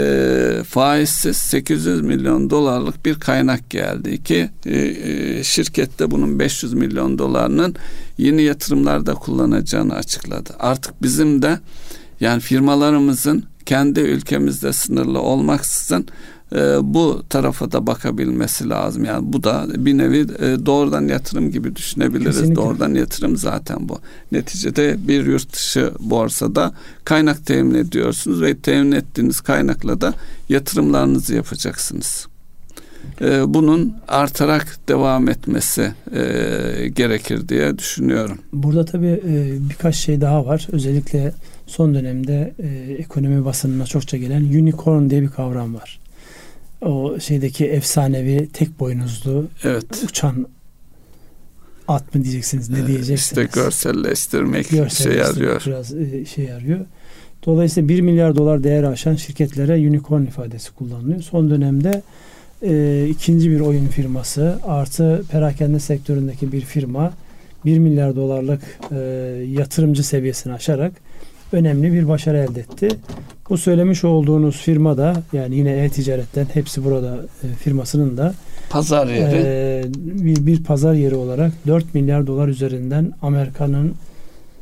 faizsiz 800 milyon dolarlık bir kaynak geldi ki şirkette bunun 500 milyon dolarının yeni yatırımlarda kullanacağını açıkladı. Artık bizim de yani firmalarımızın kendi ülkemizde sınırlı olmaksızın bu tarafa da bakabilmesi lazım. Yani bu da bir nevi doğrudan yatırım gibi düşünebiliriz. Kesinlikle. Doğrudan yatırım zaten bu. Neticede bir yurt dışı borsada kaynak temin ediyorsunuz ve temin ettiğiniz kaynakla da yatırımlarınızı yapacaksınız. Bunun artarak devam etmesi gerekir diye düşünüyorum. Burada tabii birkaç şey daha var. Özellikle son dönemde ekonomi basınına çokça gelen unicorn diye bir kavram var. O şeydeki efsanevi tek boynuzlu uçan at mı diyeceksiniz, ne diyeceksiniz? İşte görselleştirmek işe yarıyor. Biraz işe yarıyor. Dolayısıyla 1 milyar dolar değeri aşan şirketlere unicorn ifadesi kullanılıyor. Son dönemde ikinci bir oyun firması artı perakende sektöründeki bir firma 1 milyar dolarlık yatırımcı seviyesini aşarak önemli bir başarı elde etti. Bu söylemiş olduğunuz firma da yani yine e-ticaretten hepsi burada firmasının da pazar yeri bir pazar yeri olarak 4 milyar dolar üzerinden Amerika'nın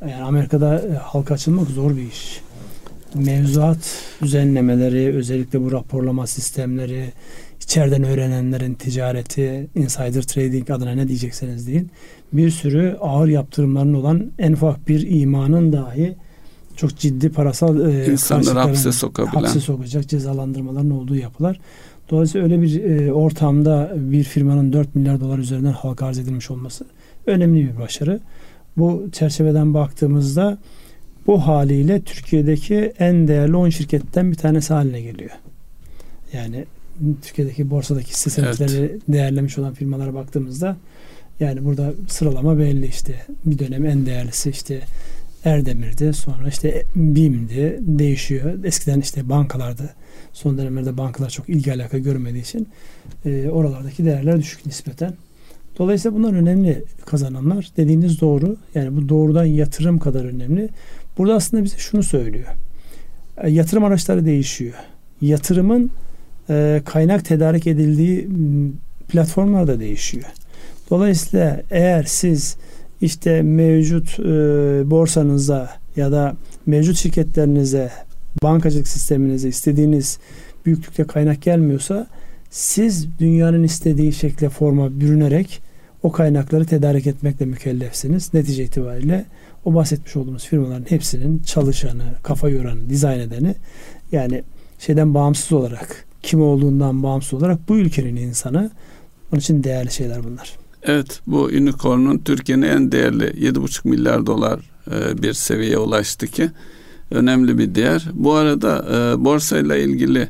Yani Amerika'da halka açılmak zor bir iş. Mevzuat düzenlemeleri, özellikle bu raporlama sistemleri, içeriden öğrenenlerin ticareti, insider trading adına ne diyecekseniz deyin. Bir sürü ağır yaptırımların olan en ufak bir imanın dahi çok ciddi parasal insanları hapse sokacak cezalandırmaların olduğu yapılar. Dolayısıyla öyle bir ortamda bir firmanın 4 milyar dolar üzerinden halka arz edilmiş olması önemli bir başarı. Bu çerçeveden baktığımızda bu haliyle Türkiye'deki en değerli 10 şirketten bir tanesi haline geliyor. Yani Türkiye'deki borsadaki hisse senetleri değerlemiş olan firmalara baktığımızda yani burada sıralama belli işte. Bir dönem en değerlisi işte Erdemir'di. Sonra işte BİM'di. Değişiyor. Eskiden işte bankalardı. Son dönemlerde bankalar çok ilgi alaka görmediği için oralardaki değerler düşük nispeten. Dolayısıyla bunlar önemli kazananlar. Dediğiniz doğru. Yani bu doğrudan yatırım kadar önemli. Burada aslında bize şunu söylüyor. Yatırım araçları değişiyor. Yatırımın kaynak tedarik edildiği platformlar da değişiyor. Dolayısıyla eğer siz işte mevcut borsanıza ya da mevcut şirketlerinize, bankacılık sisteminize istediğiniz büyüklükte kaynak gelmiyorsa siz dünyanın istediği şekle, forma bürünerek o kaynakları tedarik etmekle mükellefsiniz. Netice itibariyle o bahsetmiş olduğumuz firmaların hepsinin çalışanı, kafa yoranı, dizayn edeni yani şeyden bağımsız olarak, kim olduğundan bağımsız olarak bu ülkenin insanı. Onun için değerli şeyler bunlar. Evet, bu Unicorn'un Türkiye'nin en değerli 7,5 milyar dolar bir seviyeye ulaştı ki önemli bir değer. Bu arada borsayla ilgili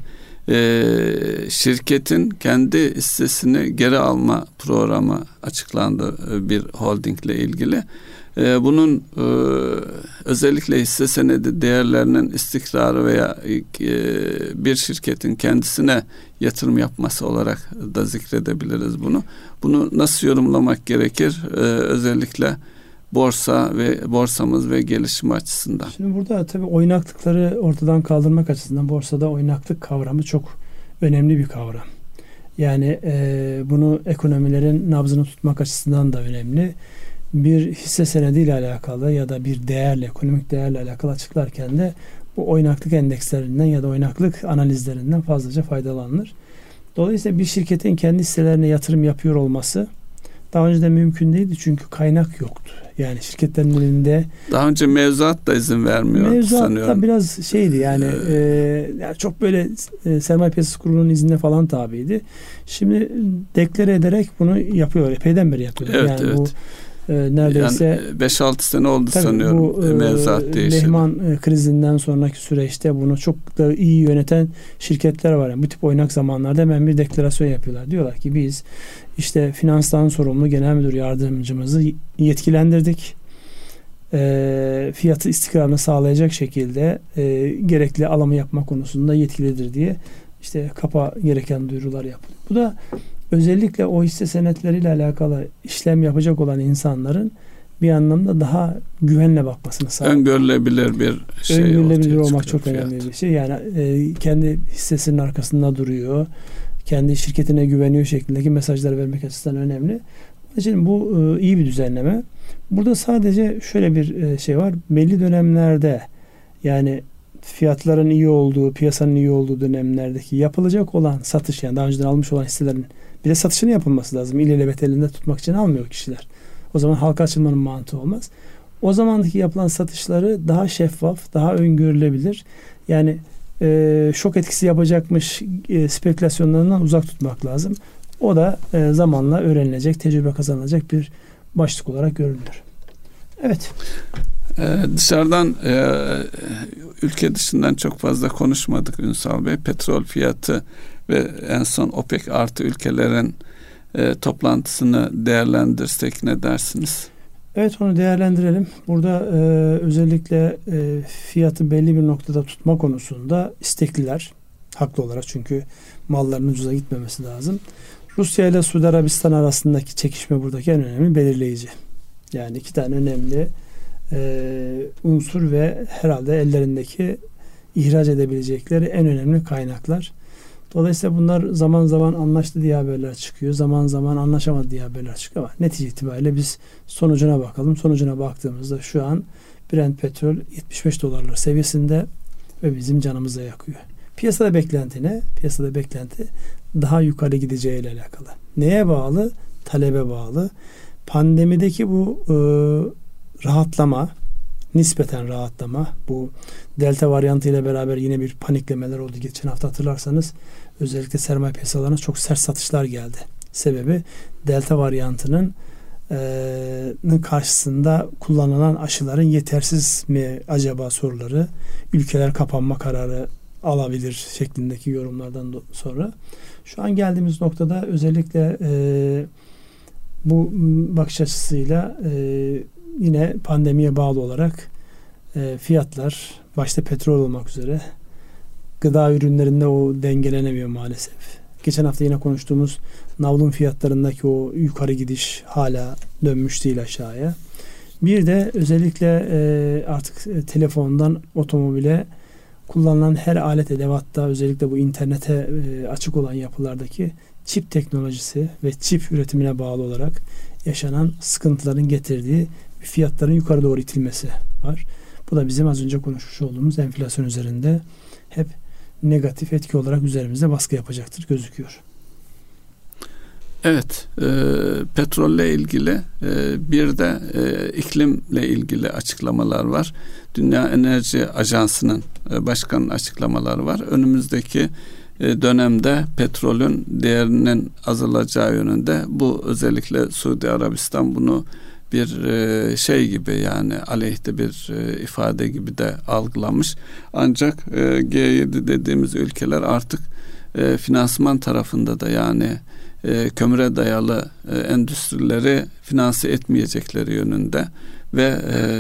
şirketin kendi hissesini geri alma programı açıklandı bir holdingle ilgili. Bunun özellikle hisse senedi değerlerinin istikrarı veya bir şirketin kendisine yatırım yapması olarak da zikredebiliriz bunu. Bunu nasıl yorumlamak gerekir? Özellikle borsamız ve gelişimi açısından. Şimdi burada tabii oynaklıkları ortadan kaldırmak açısından borsada oynaklık kavramı çok önemli bir kavram. Yani bunu ekonomilerin nabzını tutmak açısından da önemli. Bir hisse senediyle alakalı ya da bir değerle, ekonomik değerle alakalı açıklarken de bu oynaklık endekslerinden ya da oynaklık analizlerinden fazlaca faydalanılır. Dolayısıyla bir şirketin kendi hisselerine yatırım yapıyor olması daha önce de mümkün değildi çünkü kaynak yoktu. Yani şirketlerin elinde daha önce mevzuat da izin vermiyor sanıyorum. Mevzuat da biraz şeydi yani, yani çok böyle Sermaye Piyasası Kurulu'nun iznine falan tabiydi. Şimdi deklare ederek bunu yapıyor. Epeyden beri yapıyor. Evet, yani evet. Bu neredeyse yani 5-6 sene oldu sanıyorum bu mevzuat değişti. Lehman krizinden sonraki süreçte bunu çok da iyi yöneten şirketler var. Yani bu tip oynak zamanlarda hemen bir deklarasyon yapıyorlar. Diyorlar ki biz işte finanstan sorumlu genel müdür yardımcımızı yetkilendirdik. Fiyatı istikrarını sağlayacak şekilde gerekli alımı yapma konusunda yetkilidir diye işte gereken duyurular yapılıyor. Bu da özellikle o hisse senetleriyle alakalı işlem yapacak olan insanların bir anlamda daha güvenle bakmasını sağlıyor. Öngörülebilir bir şey. Öngörülebilir olmak çok önemli bir şey. Yani kendi hissesinin arkasında duruyor. Kendi şirketine güveniyor şeklindeki mesajları vermek açısından önemli. Onun için bu iyi bir düzenleme. Burada sadece şöyle bir şey var. Belli dönemlerde yani fiyatların iyi olduğu, piyasanın iyi olduğu dönemlerdeki yapılacak olan satış yani daha önceden almış olan hisselerin bir de satışının yapılması lazım. İlelebet elinde tutmak için almıyor kişiler. O zaman halka açılmanın mantığı olmaz. O zamandaki yapılan satışları daha şeffaf, daha öngörülebilir. Yani şok etkisi yapacakmış spekülasyonlarından uzak tutmak lazım. O da zamanla öğrenilecek, tecrübe kazanılacak bir başlık olarak görünüyor. Evet. Dışarıdan ülke dışından çok fazla konuşmadık Ünsal Bey. Petrol fiyatı ve en son OPEC artı ülkelerin toplantısını değerlendirsek ne dersiniz? Evet, onu değerlendirelim. Burada özellikle fiyatı belli bir noktada tutma konusunda istekliler. Haklı olarak çünkü malların ucuza gitmemesi lazım. Rusya ile Suudi Arabistan arasındaki çekişme buradaki en önemli belirleyici. Yani iki tane önemli unsur ve herhalde ellerindeki ihraç edebilecekleri en önemli kaynaklar. Dolayısıyla bunlar zaman zaman anlaştı diye haberler çıkıyor. Zaman zaman anlaşamadı diye haberler çıkıyor ama netice itibariyle biz sonucuna bakalım. Sonucuna baktığımızda şu an Brent petrol 75 dolarlar seviyesinde ve bizim canımıza yakıyor. Piyasada beklenti ne? Piyasada beklenti daha yukarı gideceğiyle alakalı. Neye bağlı? Talebe bağlı. Pandemideki bu rahatlama, nispeten rahatlama, bu delta varyantı ile beraber yine bir paniklemeler oldu. Geçen hafta hatırlarsanız özellikle sermaye piyasalarına çok sert satışlar geldi. Sebebi delta varyantının karşısında kullanılan aşıların yetersiz mi acaba soruları, ülkeler kapanma kararı alabilir şeklindeki yorumlardan sonra şu an geldiğimiz noktada özellikle bu bakış açısıyla yine pandemiye bağlı olarak fiyatlar başta petrol olmak üzere gıda ürünlerinde o dengelenemiyor maalesef. Geçen hafta yine konuştuğumuz navlun fiyatlarındaki o yukarı gidiş hala dönmüş değil aşağıya. Bir de özellikle artık telefondan otomobile kullanılan her alet edevatta özellikle bu internete açık olan yapılardaki çip teknolojisi ve çip üretimine bağlı olarak yaşanan sıkıntıların getirdiği fiyatların yukarı doğru itilmesi var. Bu da bizim az önce konuşmuş olduğumuz enflasyon üzerinde hep negatif etki olarak üzerimizde baskı yapacaktır gözüküyor. Evet, petrolle ilgili bir de iklimle ilgili açıklamalar var. Dünya Enerji Ajansı'nın başkanının açıklamaları var. Önümüzdeki dönemde petrolün değerinin azalacağı yönünde, bu özellikle Suudi Arabistan bunu bir şey gibi, yani aleyhte bir ifade gibi de algılamış. Ancak G7 dediğimiz ülkeler artık finansman tarafında da, yani kömüre dayalı endüstrileri finanse etmeyecekleri yönünde ve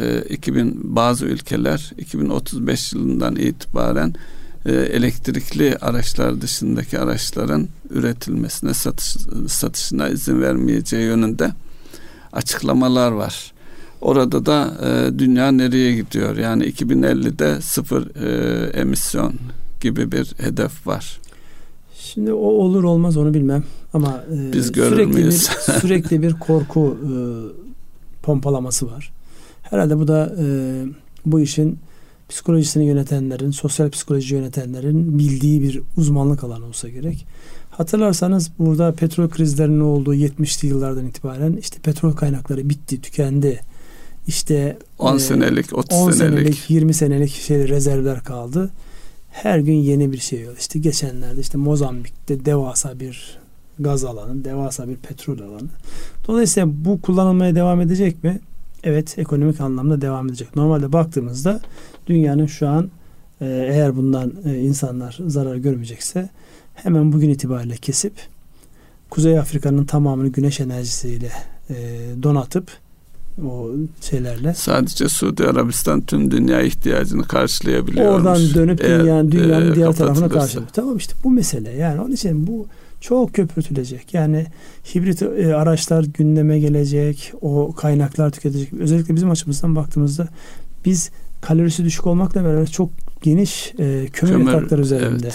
bazı ülkeler 2035 yılından itibaren elektrikli araçlar dışındaki araçların üretilmesine, satışına izin vermeyeceği yönünde açıklamalar var. Orada da dünya nereye gidiyor? Yani 2050'de sıfır emisyon gibi bir hedef var. Şimdi o olur olmaz onu bilmem ama biz görür müyüz? sürekli bir korku pompalaması var. Herhalde bu da bu işin psikolojisini yönetenlerin, sosyal psikoloji yönetenlerin bildiği bir uzmanlık alanı olsa gerek. Hatırlarsanız burada petrol krizlerinin olduğu 70'li yıllardan itibaren işte petrol kaynakları bitti, tükendi. İşte 10 senelik, 30 10 senelik, 20 senelik rezervler kaldı. Her gün yeni bir şey oldu. İşte geçenlerde işte Mozambik'te devasa bir gaz alanı, devasa bir petrol alanı. Dolayısıyla bu kullanılmaya devam edecek mi? Evet, ekonomik anlamda devam edecek. Normalde baktığımızda dünyanın şu an eğer bundan insanlar zarar görmeyecekse hemen bugün itibariyle kesip Kuzey Afrika'nın tamamını güneş enerjisiyle donatıp o şeylerle. Sadece Suudi Arabistan tüm dünya ihtiyacını karşılayabiliyormuş. Oradan dönüp dünyanın diğer tarafına karşılayabiliyor. Tamam, işte bu mesele. Yani onun için bu çok köpürtülecek. Yani hibrit araçlar gündeme gelecek. O kaynaklar tüketecek. Özellikle bizim açımızdan baktığımızda biz kalorisi düşük olmakla beraber çok geniş kömür yatakları üzerinde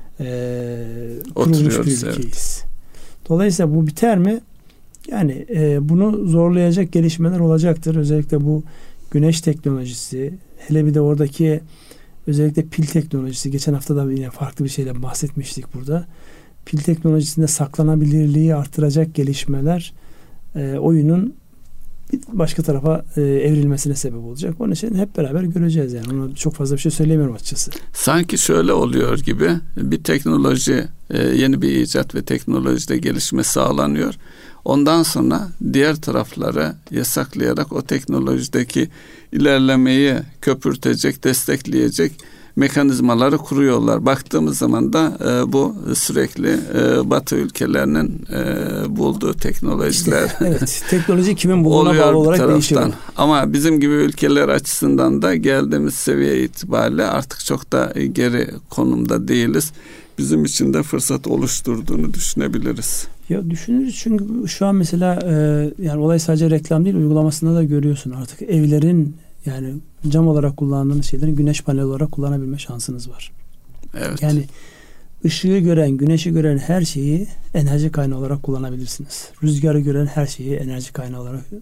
kurulmuş bir ülkeyiz. Evet. Dolayısıyla bu biter mi? Yani bunu zorlayacak gelişmeler olacaktır. Özellikle bu güneş teknolojisi, hele bir de oradaki özellikle pil teknolojisi. Geçen hafta da yine farklı bir şeyden bahsetmiştik burada. Pil teknolojisinde saklanabilirliği artıracak gelişmeler oyunun başka tarafa evrilmesine sebep olacak. Onun için hep beraber göreceğiz yani. Ona çok fazla bir şey söylemiyorum açıkçası. Sanki şöyle oluyor gibi, bir teknoloji, yeni bir icat ve teknolojide gelişme sağlanıyor. Ondan sonra diğer tarafları yasaklayarak o teknolojideki ilerlemeyi köpürtecek, destekleyecek mekanizmaları kuruyorlar. Baktığımız zaman da bu sürekli Batı ülkelerinin bulduğu teknolojiler. İşte, evet, teknoloji kimin bulduğuna bağlı olarak değişiyor. Ama bizim gibi ülkeler açısından da geldiğimiz seviye itibariyle artık çok da geri konumda değiliz. Bizim için de fırsat oluşturduğunu düşünebiliriz. Ya düşünürüz, çünkü şu an mesela yani olay sadece reklam değil, uygulamasında da görüyorsun artık evlerin, yani cam olarak kullandığınız şeylerin güneş paneli olarak kullanabilme şansınız var. Evet. Yani ışığı gören, güneşi gören her şeyi enerji kaynağı olarak kullanabilirsiniz. Rüzgarı gören her şeyi enerji kaynağı olarak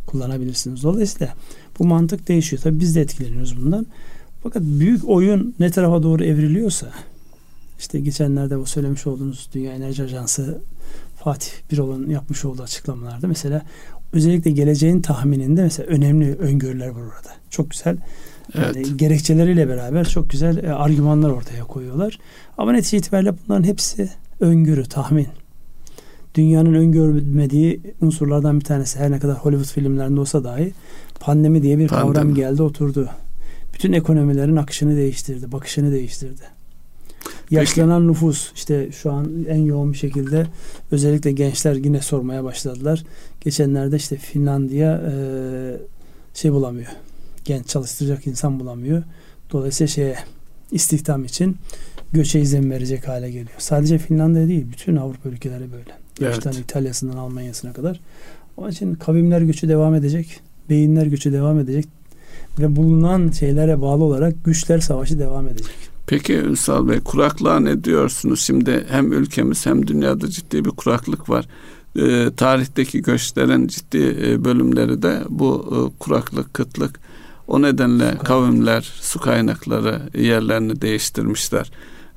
kullanabilirsiniz. Dolayısıyla bu mantık değişiyor. Tabii biz de etkileniyoruz bundan. Fakat büyük oyun ne tarafa doğru evriliyorsa, işte geçenlerde o söylemiş olduğunuz Dünya Enerji Ajansı Fatih Birol'un yapmış olduğu açıklamalarda mesela özellikle geleceğin tahmininde mesela önemli öngörüler var orada. Çok güzel. Evet. Yani gerekçeleriyle beraber çok güzel argümanlar ortaya koyuyorlar. Ama netice itibariyle bunların hepsi öngörü, tahmin. Dünyanın öngörmediği unsurlardan bir tanesi, her ne kadar Hollywood filmlerinde olsa dahi, pandemi diye bir kavram geldi, oturdu. Bütün ekonomilerin akışını değiştirdi, bakışını değiştirdi. Yaşlanan nüfus, işte şu an en yoğun bir şekilde özellikle gençler yine sormaya başladılar. Geçenlerde işte Finlandiya bulamıyor. Genç çalıştıracak insan bulamıyor. Dolayısıyla istihdam için göçe izin verecek hale geliyor. Sadece Finlandiya değil, bütün Avrupa ülkeleri böyle. Baştan İtalya'sından Almanya'sına kadar. Onun için kavimler göçü devam edecek. Beyinler göçü devam edecek. Ve bulunan şeylere bağlı olarak güçler savaşı devam edecek. Peki Ünsal Bey, kuraklığa ne diyorsunuz? Şimdi hem ülkemiz hem dünyada ciddi bir kuraklık var. Tarihteki göçlerin ciddi bölümleri de bu kuraklık, kıtlık. O nedenle kavimler, su kaynakları yerlerini değiştirmişler.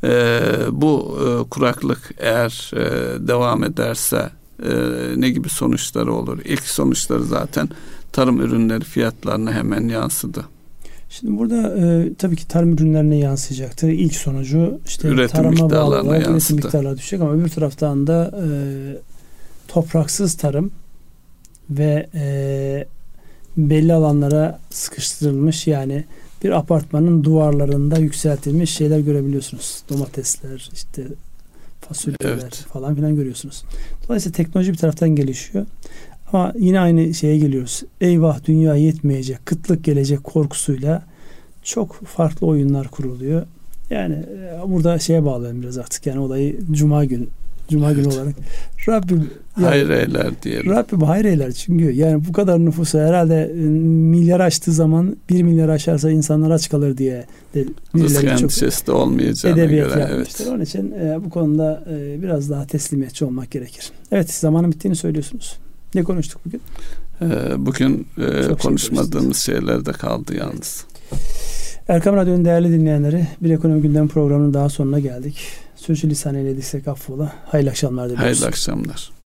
Bu kuraklık eğer devam ederse ne gibi sonuçları olur? İlk sonuçları zaten tarım ürünleri fiyatlarına hemen yansıdı. Şimdi burada tabii ki tarım ürünlerine yansıyacaktır. İlk sonucu işte üretim tarıma bağlı olarak üretim yansıdı. miktarları düşecek ama öbür taraftan da topraksız tarım ve belli alanlara sıkıştırılmış, yani bir apartmanın duvarlarında yükseltilmiş şeyler görebiliyorsunuz. Domatesler, işte fasulyeler falan filan görüyorsunuz. Dolayısıyla teknoloji bir taraftan gelişiyor. Ama yine aynı şeye geliyoruz. Eyvah, dünya yetmeyecek, kıtlık gelecek korkusuyla çok farklı oyunlar kuruluyor. Yani burada şeye bağlayalım biraz artık. Yani olayı Cuma günü olarak Rabbim hayır eyler diyelim. Rabbim hayır eyler, çünkü yani bu kadar nüfusu herhalde milyar aştığı zaman 1 milyar aşarsa insanlar aç kalır diye rızık endişesi de olmayacağına göre. Yapmıştır. Onun için bu konuda biraz daha teslimiyetçi olmak gerekir. Evet, zamanın bittiğini söylüyorsunuz. Ne konuştuk bugün? Bugün konuşmadığımız şeyler de kaldı yalnız. Erkam Radyo'nun değerli dinleyenleri, bir ekonomi gündem programının daha sonuna geldik. Sürçülisan eylediysek affola. Hayırlı akşamlar diliyoruz. Hayırlı akşamlar.